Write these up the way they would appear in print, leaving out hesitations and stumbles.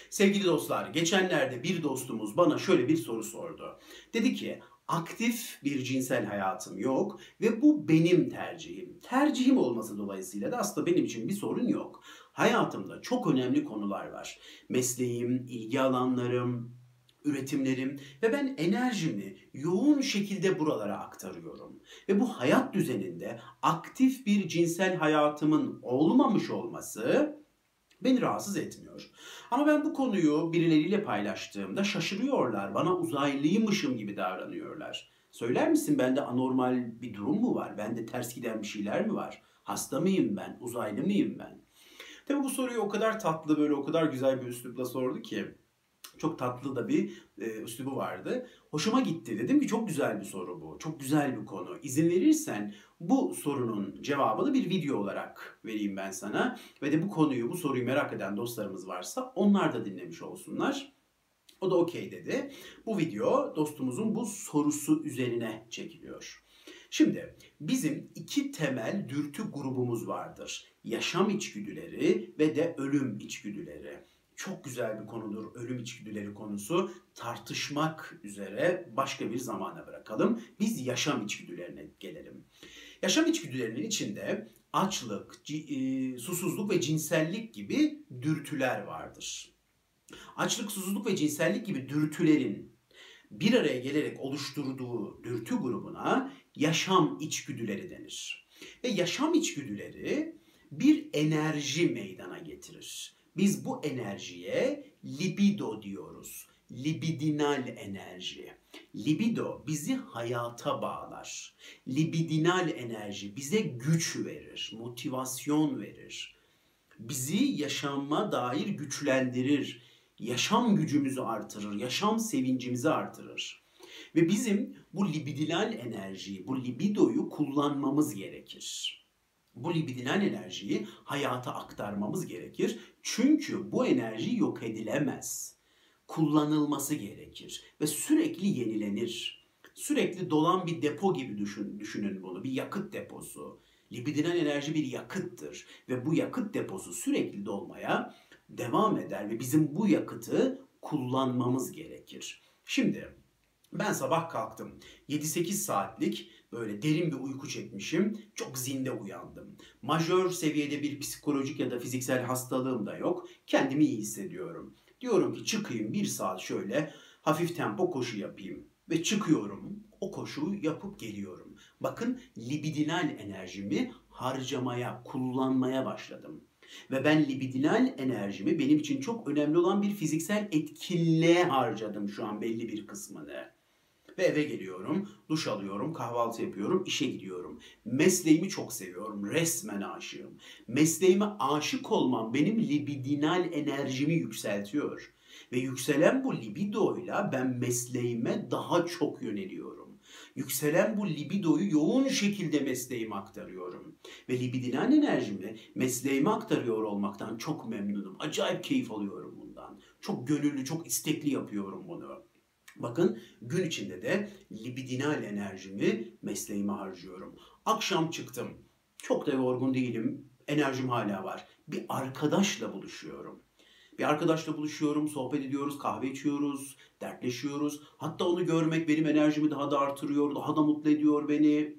Sevgili dostlar, geçenlerde bir dostumuz bana şöyle bir soru sordu. Dedi ki, aktif bir cinsel hayatım yok ve bu benim tercihim. Tercihim olması dolayısıyla da aslında benim için bir sorun yok. Hayatımda çok önemli konular var. Mesleğim, ilgi alanlarım, üretimlerim ve ben enerjimi yoğun şekilde buralara aktarıyorum. Ve bu hayat düzeninde aktif bir cinsel hayatımın olmamış olması beni rahatsız etmiyor. Ama ben bu konuyu birileriyle paylaştığımda şaşırıyorlar. Bana uzaylıymışım gibi davranıyorlar. Söyler misin, bende anormal bir durum mu var? Bende ters giden bir şeyler mi var? Hasta mıyım ben? Uzaylı mıyım ben? Tabii bu soruyu o kadar tatlı, böyle o kadar güzel bir üslupla sordu ki. Çok tatlı da bir üslubu vardı. Hoşuma gitti. Dedim ki çok güzel bir soru bu. Çok güzel bir konu. İzin verirsen bu sorunun cevabını bir video olarak vereyim ben sana. Ve de bu soruyu merak eden dostlarımız varsa onlar da dinlemiş olsunlar. O da okey dedi. Bu video dostumuzun bu sorusu üzerine çekiliyor. Şimdi bizim iki temel dürtü grubumuz vardır. Yaşam içgüdüleri ve de ölüm içgüdüleri. Çok güzel bir konudur ölüm içgüdüleri konusu. Tartışmak üzere başka bir zamana bırakalım. Biz yaşam içgüdülerine gelelim. Yaşam içgüdülerinin içinde açlık, susuzluk ve cinsellik gibi dürtüler vardır. Açlık, susuzluk ve cinsellik gibi dürtülerin bir araya gelerek oluşturduğu dürtü grubuna yaşam içgüdüleri denir. Ve yaşam içgüdüleri bir enerji meydana getirir. Biz bu enerjiye libido diyoruz. Libidinal enerji. Libido bizi hayata bağlar. Libidinal enerji bize güç verir, motivasyon verir. Bizi yaşama dair güçlendirir. Yaşam gücümüzü artırır, yaşam sevincimizi artırır. Ve bizim bu libidinal enerjiyi, bu libidoyu kullanmamız gerekir. Bu libidinal enerjiyi hayata aktarmamız gerekir. Çünkü bu enerji yok edilemez. Kullanılması gerekir ve sürekli yenilenir. Sürekli dolan bir depo gibi düşünün bunu, bir yakıt deposu. Libidinal enerji bir yakıttır ve bu yakıt deposu sürekli dolmaya devam eder ve bizim bu yakıtı kullanmamız gerekir. Şimdi ben sabah kalktım. 7-8 saatlik böyle derin bir uyku çekmişim. Çok zinde uyandım. Majör seviyede bir psikolojik ya da fiziksel hastalığım da yok. Kendimi iyi hissediyorum. Diyorum ki çıkayım bir saat şöyle hafif tempo koşu yapayım. Ve çıkıyorum. O koşuyu yapıp geliyorum. Bakın libidinal enerjimi harcamaya, kullanmaya başladım. Ve ben libidinal enerjimi benim için çok önemli olan bir fiziksel etkinliğe harcadım şu an belli bir kısmını. Ve eve geliyorum, duş alıyorum, kahvaltı yapıyorum, işe gidiyorum. Mesleğimi çok seviyorum, resmen aşığım. Mesleğime aşık olmam benim libidinal enerjimi yükseltiyor. Ve yükselen bu libidoyla ben mesleğime daha çok yöneliyorum. Yükselen bu libidoyu yoğun şekilde mesleğime aktarıyorum. Ve libidinal enerjimi mesleğime aktarıyor olmaktan çok memnunum. Acayip keyif alıyorum bundan. Çok gönüllü, çok istekli yapıyorum bunu. Bakın gün içinde de libidinal enerjimi mesleğime harcıyorum. Akşam çıktım. Çok da yorgun değilim. Enerjim hala var. Bir arkadaşla buluşuyorum. Bir arkadaşla buluşuyorum, sohbet ediyoruz, kahve içiyoruz, dertleşiyoruz. Hatta onu görmek benim enerjimi daha da artırıyor, daha da mutlu ediyor beni.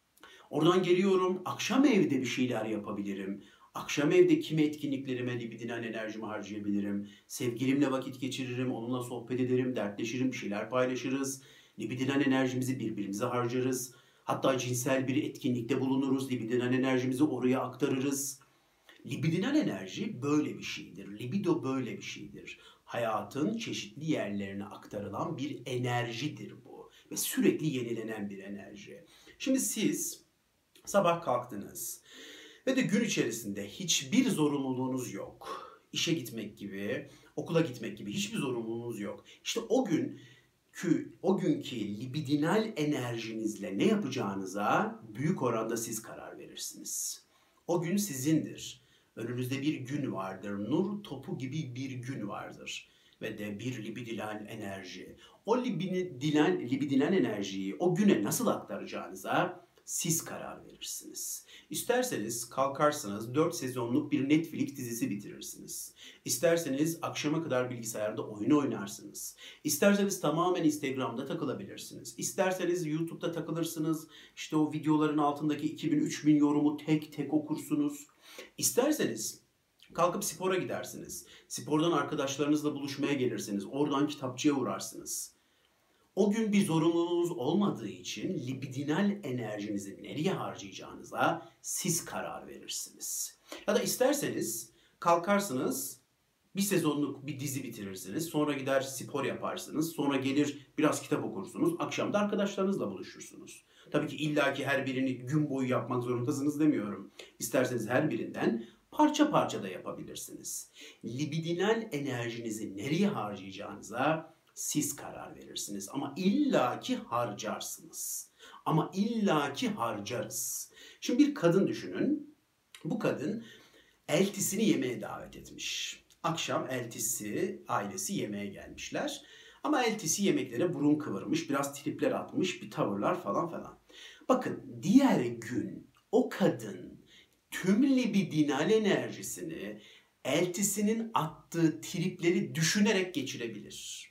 Oradan geliyorum, akşam evde bir şeyler yapabilirim. Akşam evde kimi etkinliklerime libidinal enerjimi harcayabilirim. Sevgilimle vakit geçiririm, onunla sohbet ederim, dertleşirim, bir şeyler paylaşırız. Libidinal enerjimizi birbirimize harcarız. Hatta cinsel bir etkinlikte bulunuruz, libidinal enerjimizi oraya aktarırız. Libidinal enerji böyle bir şeydir. Libido böyle bir şeydir. Hayatın çeşitli yerlerine aktarılan bir enerjidir bu. Ve sürekli yenilenen bir enerji. Şimdi siz sabah kalktınız ve de gün içerisinde hiçbir zorunluluğunuz yok. İşe gitmek gibi, okula gitmek gibi hiçbir zorunluluğunuz yok. İşte o günkü libidinal enerjinizle ne yapacağınıza büyük oranda siz karar verirsiniz. O gün sizindir. Önünüzde bir gün vardır. Nur topu gibi bir gün vardır. Ve de bir libidinal enerji. O libidinal enerjiyi o güne nasıl aktaracağınıza siz karar verirsiniz. İsterseniz kalkarsınız 4 sezonluk bir Netflix dizisi bitirirsiniz. İsterseniz akşama kadar bilgisayarda oyun oynarsınız. İsterseniz tamamen Instagram'da takılabilirsiniz. İsterseniz YouTube'da takılırsınız. İşte o videoların altındaki 2000-3000 yorumu tek tek okursunuz. İsterseniz kalkıp spora gidersiniz. Spordan arkadaşlarınızla buluşmaya gelirsiniz. Oradan kitapçıya uğrarsınız. O gün bir zorunluluğunuz olmadığı için libidinal enerjinizi nereye harcayacağınıza siz karar verirsiniz. Ya da isterseniz kalkarsınız, bir sezonluk bir dizi bitirirsiniz, sonra gider spor yaparsınız, sonra gelir biraz kitap okursunuz, akşam da arkadaşlarınızla buluşursunuz. Tabii ki illaki her birini gün boyu yapmak zorundasınız demiyorum. İsterseniz her birinden parça parça da yapabilirsiniz. Libidinal enerjinizi nereye harcayacağınıza siz karar verirsiniz. Ama illaki harcarsınız. Ama illaki harcarız. Şimdi bir kadın düşünün. Bu kadın eltisini yemeğe davet etmiş. Akşam eltisi, ailesi yemeğe gelmişler. Ama eltisi yemeklere burun kıvırmış, biraz tripler atmış, bir tavırlar falan falan. Bakın diğer gün o kadın tüm libidinal enerjisini eltisinin attığı tripleri düşünerek geçirebilir.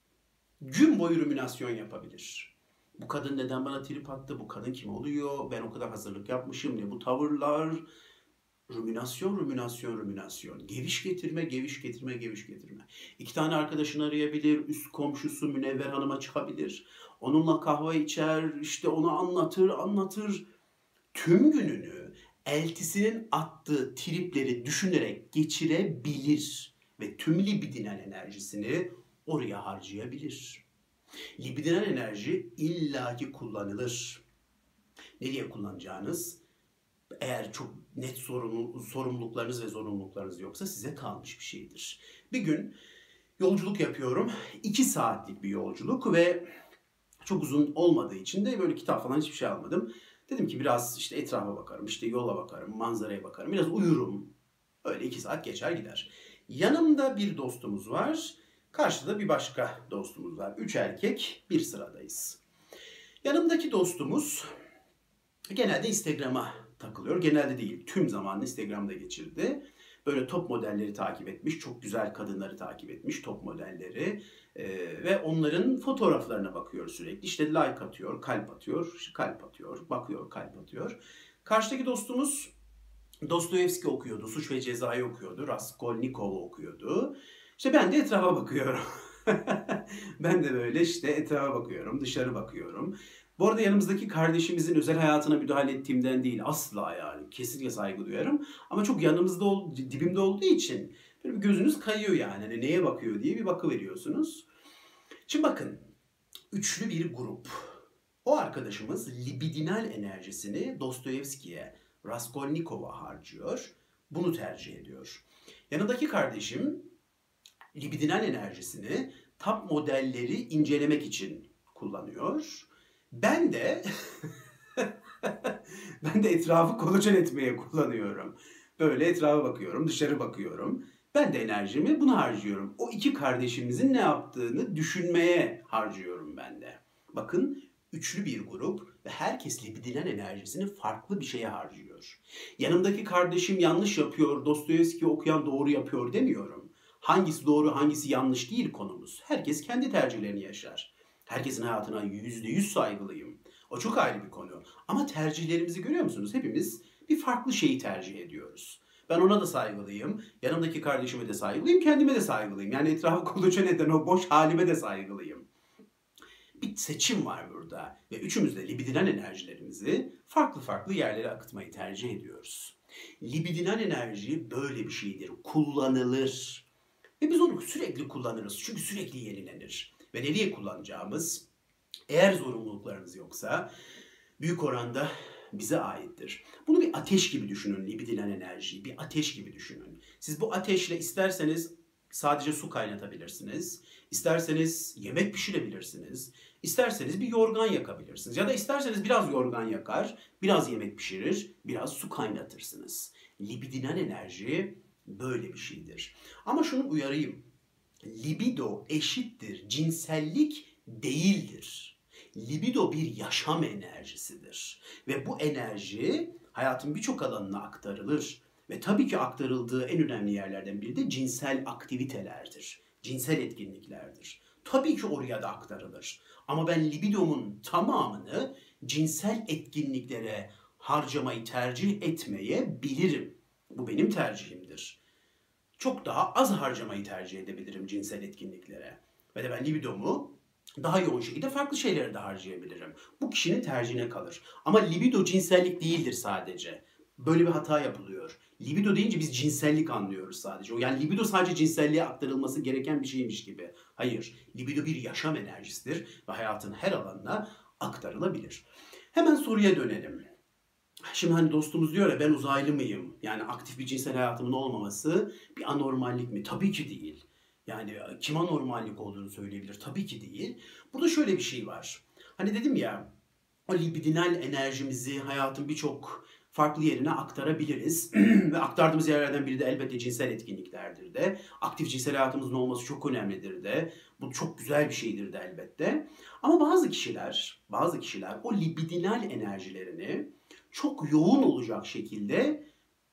Gün boyu rüminasyon yapabilir. Bu kadın neden bana trip attı? Bu kadın kim oluyor? Ben o kadar hazırlık yapmışım. Ne bu tavırlar? Rüminasyon, rüminasyon, rüminasyon. Geviş getirme, geviş getirme, geviş getirme. 2 tane arkadaşını arayabilir. Üst komşusu Münevver Hanım'a çıkabilir. Onunla kahve içer. İşte ona anlatır. Tüm gününü eltisinin attığı tripleri düşünerek geçirebilir. Ve tüm libidinal enerjisini oraya harcayabilir. Libidinal enerji illaki kullanılır. Nereye kullanacağınız, eğer çok net sorumluluklarınız ve zorunluluklarınız yoksa size kalmış bir şeydir. Bir gün yolculuk yapıyorum. 2 saatlik bir yolculuk ve çok uzun olmadığı için de böyle kitap falan hiçbir şey almadım. Dedim ki biraz işte etrafa bakarım, işte yola bakarım, manzaraya bakarım, biraz uyurum. Öyle 2 saat geçer gider. Yanımda bir dostumuz var. Karşıda bir başka dostumuz var. 3 erkek, bir sıradayız. Yanımdaki dostumuz genelde Instagram'a takılıyor. Genelde değil, tüm zamanını Instagram'da geçirdi. Böyle top modelleri takip etmiş, çok güzel kadınları takip etmiş, top modelleri. Ve onların fotoğraflarına bakıyor sürekli. İşte like atıyor, kalp atıyor, kalp atıyor, bakıyor, kalp atıyor. Karşıdaki dostumuz Dostoyevski okuyordu, Suç ve Ceza'yı okuyordu, Raskolnikov'u okuyordu. İşte ben de etrafa bakıyorum. Ben de böyle işte etrafa bakıyorum, dışarı bakıyorum. Bu arada yanımızdaki kardeşimizin özel hayatına müdahale ettiğimden değil, asla yani. Kesinlikle saygı duyarım. Ama çok yanımızda, dibimde olduğu için böyle bir gözünüz kayıyor yani. Hani neye bakıyor diye bir bakıveriyorsunuz. Şimdi bakın, üçlü bir grup. O arkadaşımız libidinal enerjisini Dostoyevski'ye, Raskolnikov'a harcıyor. Bunu tercih ediyor. Yanındaki kardeşim libidinal enerjisini top modelleri incelemek için kullanıyor. Ben de ben de etrafı kolaçan etmeye kullanıyorum. Böyle etrafa bakıyorum, dışarı bakıyorum. Ben de enerjimi buna harcıyorum. O 2 kardeşimizin ne yaptığını düşünmeye harcıyorum ben de. Bakın, üçlü bir grup ve herkes libidinal enerjisini farklı bir şeye harcıyor. Yanımdaki kardeşim yanlış yapıyor, Dostoyevski okuyan doğru yapıyor demiyorum. Hangisi doğru, hangisi yanlış değil konumuz. Herkes kendi tercihlerini yaşar. Herkesin hayatına %100 saygılıyım. O çok ayrı bir konu. Ama tercihlerimizi görüyor musunuz? Hepimiz bir farklı şeyi tercih ediyoruz. Ben ona da saygılıyım. Yanımdaki kardeşime de saygılıyım. Kendime de saygılıyım. Yani etrafı kolaçan eden o boş halime de saygılıyım. Bir seçim var burada. Ve üçümüz de libidinal enerjilerimizi farklı farklı yerlere akıtmayı tercih ediyoruz. Libidinal enerji böyle bir şeydir. Kullanılır. Ve biz onu sürekli kullanırız. Çünkü sürekli yenilenir. Ve nereye kullanacağımız, eğer zorunluluklarınız yoksa, büyük oranda bize aittir. Bunu bir ateş gibi düşünün, libidinal enerjiyi. Bir ateş gibi düşünün. Siz bu ateşle isterseniz sadece su kaynatabilirsiniz. İsterseniz yemek pişirebilirsiniz. İsterseniz bir yorgan yakabilirsiniz. Ya da isterseniz biraz yorgan yakar, biraz yemek pişirir, biraz su kaynatırsınız. Libidinal enerji böyle bir şeydir. Ama şunu uyarayım. Libido eşittir cinsellik değildir. Libido bir yaşam enerjisidir. Ve bu enerji hayatın birçok alanına aktarılır. Ve tabii ki aktarıldığı en önemli yerlerden biri de cinsel aktivitelerdir. Cinsel etkinliklerdir. Tabii ki oraya da aktarılır. Ama ben libidomun tamamını cinsel etkinliklere harcamayı tercih etmeyebilirim. Bu benim tercihimdir. Çok daha az harcamayı tercih edebilirim cinsel etkinliklere. Ve de ben libidomu daha yoğun şekilde farklı şeylere de harcayabilirim. Bu kişinin tercihine kalır. Ama libido cinsellik değildir sadece. Böyle bir hata yapılıyor. Libido deyince biz cinsellik anlıyoruz sadece. Yani libido sadece cinselliğe aktarılması gereken bir şeymiş gibi. Hayır, libido bir yaşam enerjisidir ve hayatın her alanına aktarılabilir. Hemen soruya dönelim. Şimdi hani dostumuz diyor ya, ben uzaylı mıyım? Yani aktif bir cinsel hayatımın olmaması bir anormallik mi? Tabii ki değil. Yani kim anormallik olduğunu söyleyebilir? Tabii ki değil. Burada şöyle bir şey var. Hani dedim ya, o libidinal enerjimizi hayatın birçok farklı yerine aktarabiliriz. Ve aktardığımız yerlerden biri de elbette cinsel etkinliklerdir de. Aktif cinsel hayatımızın olması çok önemlidir de. Bu çok güzel bir şeydir de elbette. Ama bazı kişiler o libidinal enerjilerini çok yoğun olacak şekilde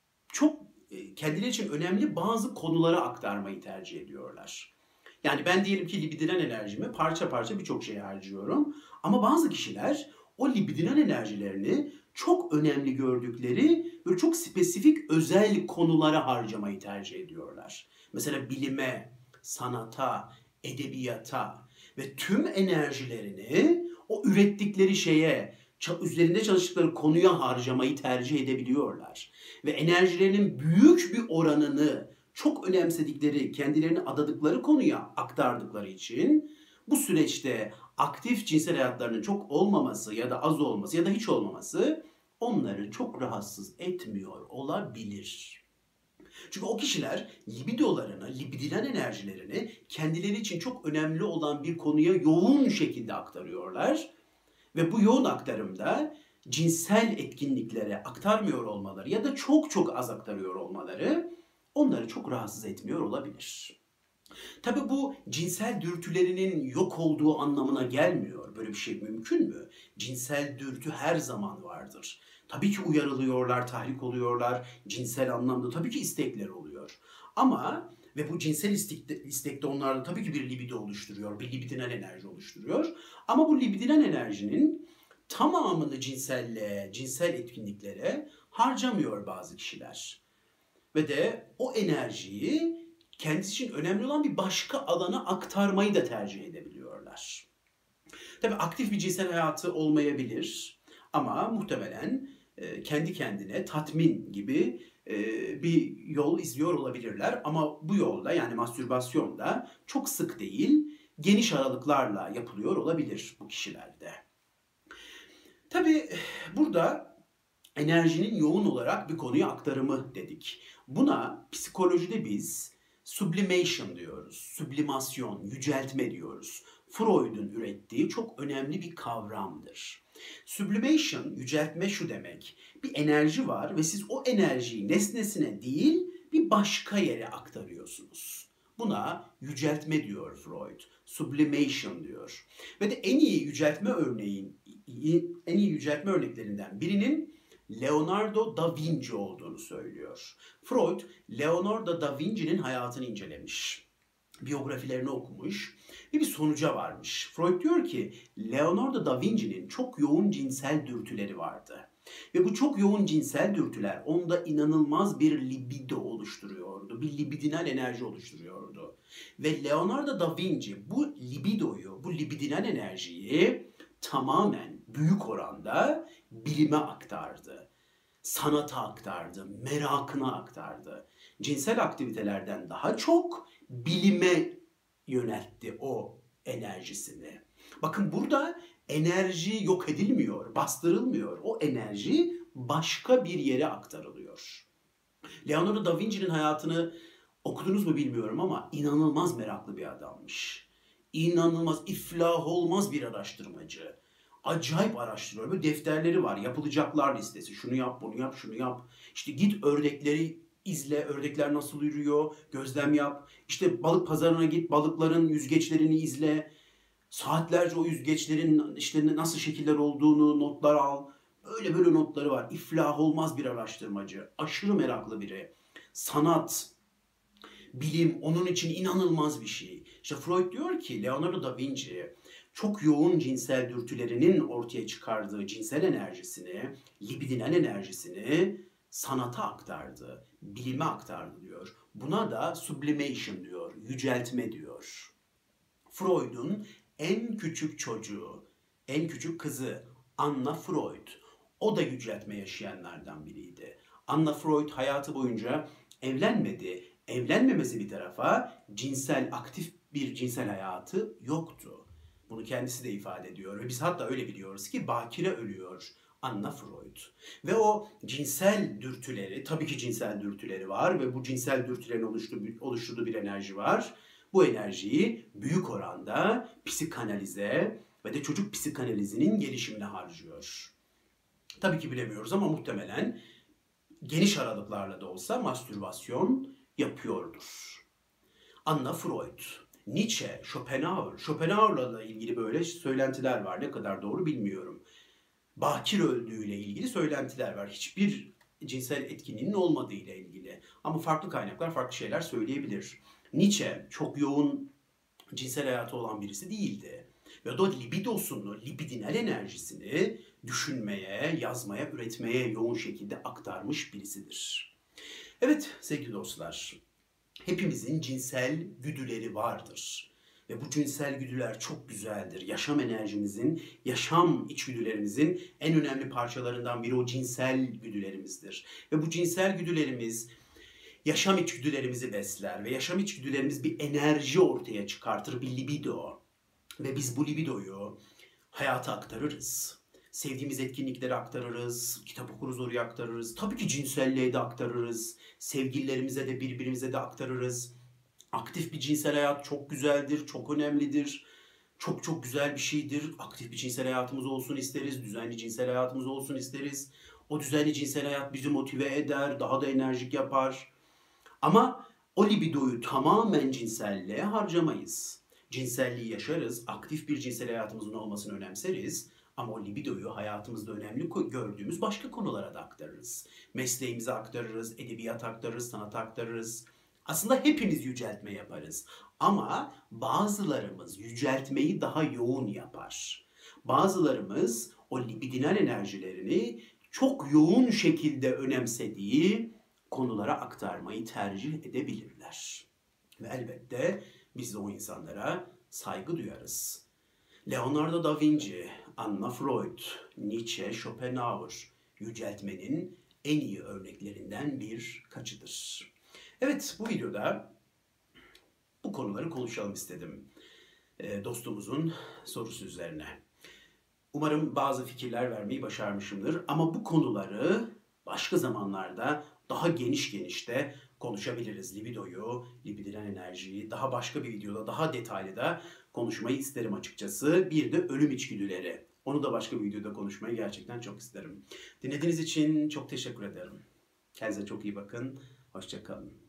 çok kendileri için önemli bazı konulara aktarmayı tercih ediyorlar. Yani ben diyelim ki libidinal enerjimi parça parça birçok şeye harcıyorum. Ama bazı kişiler o libidinal enerjilerini çok önemli gördükleri böyle çok spesifik özel konulara harcamayı tercih ediyorlar. Mesela bilime, sanata, edebiyata ve tüm enerjilerini o ürettikleri şeye, üzerinde çalıştıkları konuya harcamayı tercih edebiliyorlar. Ve enerjilerinin büyük bir oranını çok önemsedikleri, kendilerini adadıkları konuya aktardıkları için bu süreçte aktif cinsel hayatlarının çok olmaması ya da az olması ya da hiç olmaması onları çok rahatsız etmiyor olabilir. Çünkü o kişiler libidolarını, libidinal enerjilerini kendileri için çok önemli olan bir konuya yoğun şekilde aktarıyorlar. Ve bu yoğun aktarımda cinsel etkinliklere aktarmıyor olmaları ya da çok çok az aktarıyor olmaları onları çok rahatsız etmiyor olabilir. Tabii bu cinsel dürtülerinin yok olduğu anlamına gelmiyor. Böyle bir şey mümkün mü? Cinsel dürtü her zaman vardır. Tabii ki uyarılıyorlar, tahrik oluyorlar. Cinsel anlamda tabii ki istekleri oluyor. Ama ve bu cinsel istek de onlarda tabii ki bir libido oluşturuyor, bir libidinal enerji oluşturuyor. Ama bu libidinal enerjinin tamamını cinselliğe, cinsel etkinliklere harcamıyor bazı kişiler. Ve de o enerjiyi kendisi için önemli olan bir başka alana aktarmayı da tercih edebiliyorlar. Tabii aktif bir cinsel hayatı olmayabilir ama muhtemelen kendi kendine tatmin gibi bir yol izliyor olabilirler. Ama bu yolda, yani mastürbasyonda, çok sık değil, geniş aralıklarla yapılıyor olabilir bu kişilerde. Tabii burada enerjinin yoğun olarak bir konuya aktarımı dedik. Buna psikolojide biz sublimation diyoruz. Sublimasyon, yüceltme diyoruz. Freud'un ürettiği çok önemli bir kavramdır. Sublimation, yüceltme şu demek. Bir enerji var ve siz o enerjiyi nesnesine değil bir başka yere aktarıyorsunuz. Buna yüceltme diyor Freud. Sublimation diyor. Ve de en iyi yüceltme örneklerinden birinin Leonardo da Vinci olduğunu söylüyor. Freud, Leonardo da Vinci'nin hayatını incelemiş. Biyografilerini okumuş ve bir sonuca varmış. Freud diyor ki Leonardo da Vinci'nin çok yoğun cinsel dürtüleri vardı. Ve bu çok yoğun cinsel dürtüler onda inanılmaz bir libido oluşturuyordu. Bir libidinal enerji oluşturuyordu. Ve Leonardo da Vinci bu libidoyu, bu libidinal enerjiyi tamamen büyük oranda bilime aktardı. Sanata aktardı, merakına aktardı. Cinsel aktivitelerden daha çok bilime yöneltti o enerjisini. Bakın burada enerji yok edilmiyor, bastırılmıyor. O enerji başka bir yere aktarılıyor. Leonardo da Vinci'nin hayatını okudunuz mu bilmiyorum ama inanılmaz meraklı bir adammış. İnanılmaz, iflah olmaz bir araştırmacı. Acayip araştırıyor. Böyle defterleri var. Yapılacaklar listesi. Şunu yap, bunu yap, şunu yap. İşte git ördekleri izle. Ördekler nasıl yürüyor? Gözlem yap. İşte balık pazarına git. Balıkların yüzgeçlerini izle. Saatlerce o yüzgeçlerin işte nasıl şekiller olduğunu notlar al. Böyle böyle notları var. İflah olmaz bir araştırmacı. Aşırı meraklı biri. Sanat, bilim onun için inanılmaz bir şey. İşte Freud diyor ki Leonardo da Vinci çok yoğun cinsel dürtülerinin ortaya çıkardığı cinsel enerjisini, libidinal enerjisini sanata aktardı, bilime aktardı diyor. Buna da sublimation diyor, yüceltme diyor. Freud'un en küçük çocuğu, en küçük kızı Anna Freud. O da yüceltme yaşayanlardan biriydi. Anna Freud hayatı boyunca evlenmedi. Evlenmemesi bir tarafa aktif bir cinsel hayatı yoktu. Bunu kendisi de ifade ediyor ve biz hatta öyle biliyoruz ki bakire ölüyor Anna Freud. Ve o cinsel dürtüleri, tabii ki cinsel dürtüleri var ve bu cinsel dürtülerin oluşturduğu bir enerji var. Bu enerjiyi büyük oranda psikanalize ve de çocuk psikanalizinin gelişimine harcıyor. Tabii ki bilemiyoruz ama muhtemelen geniş aralıklarla da olsa mastürbasyon yapıyordur. Anna Freud, Nietzsche, Schopenhauer'la da ilgili böyle söylentiler var. Ne kadar doğru bilmiyorum. Bakir öldüğüyle ilgili söylentiler var. Hiçbir cinsel etkinliğinin olmadığı ile ilgili. Ama farklı kaynaklar farklı şeyler söyleyebilir. Nietzsche çok yoğun cinsel hayatı olan birisi değildi. Ve o libidosunu, libidinal enerjisini düşünmeye, yazmaya, üretmeye yoğun şekilde aktarmış birisidir. Evet sevgili dostlar, hepimizin cinsel güdüleri vardır. Ve bu cinsel güdüler çok güzeldir. Yaşam enerjimizin, yaşam içgüdülerimizin en önemli parçalarından biri o cinsel güdülerimizdir. Ve bu cinsel güdülerimiz yaşam içgüdülerimizi besler ve yaşam içgüdülerimiz bir enerji ortaya çıkartır, bir libido. Ve biz bu libidoyu hayata aktarırız. Sevdiğimiz etkinliklere aktarırız, kitap okuruz oraya aktarırız. Tabii ki cinselliğe de aktarırız, sevgililerimize de birbirimize de aktarırız. Aktif bir cinsel hayat çok güzeldir, çok önemlidir. Çok çok güzel bir şeydir. Aktif bir cinsel hayatımız olsun isteriz, düzenli cinsel hayatımız olsun isteriz. O düzenli cinsel hayat bizi motive eder, daha da enerjik yapar. Ama o libidoyu tamamen cinselliğe harcamayız. Cinselliği yaşarız, aktif bir cinsel hayatımızın olmasını önemseriz. Ama o libidoyu hayatımızda önemli gördüğümüz başka konulara da aktarırız. Mesleğimize aktarırız, edebiyat aktarırız, sanat aktarırız. Aslında hepimiz yüceltme yaparız. Ama bazılarımız yüceltmeyi daha yoğun yapar. Bazılarımız o libidinal enerjilerini çok yoğun şekilde önemsediği konulara aktarmayı tercih edebilirler. Ve elbette biz de o insanlara saygı duyarız. Leonardo da Vinci, Anna Freud, Nietzsche, Schopenhauer yüceltmenin en iyi örneklerinden birkaçıdır. Evet, bu videoda bu konuları konuşalım istedim. Dostumuzun sorusu üzerine. Umarım bazı fikirler vermeyi başarmışımdır ama bu konuları başka zamanlarda daha geniş de konuşabiliriz. Libidoyu, libidinal enerjiyi daha başka bir videoda daha detaylı da konuşmayı isterim açıkçası. Bir de ölüm içgüdüleri. Onu da başka bir videoda konuşmayı gerçekten çok isterim. Dinlediğiniz için çok teşekkür ederim. Kendinize çok iyi bakın. Hoşça kalın.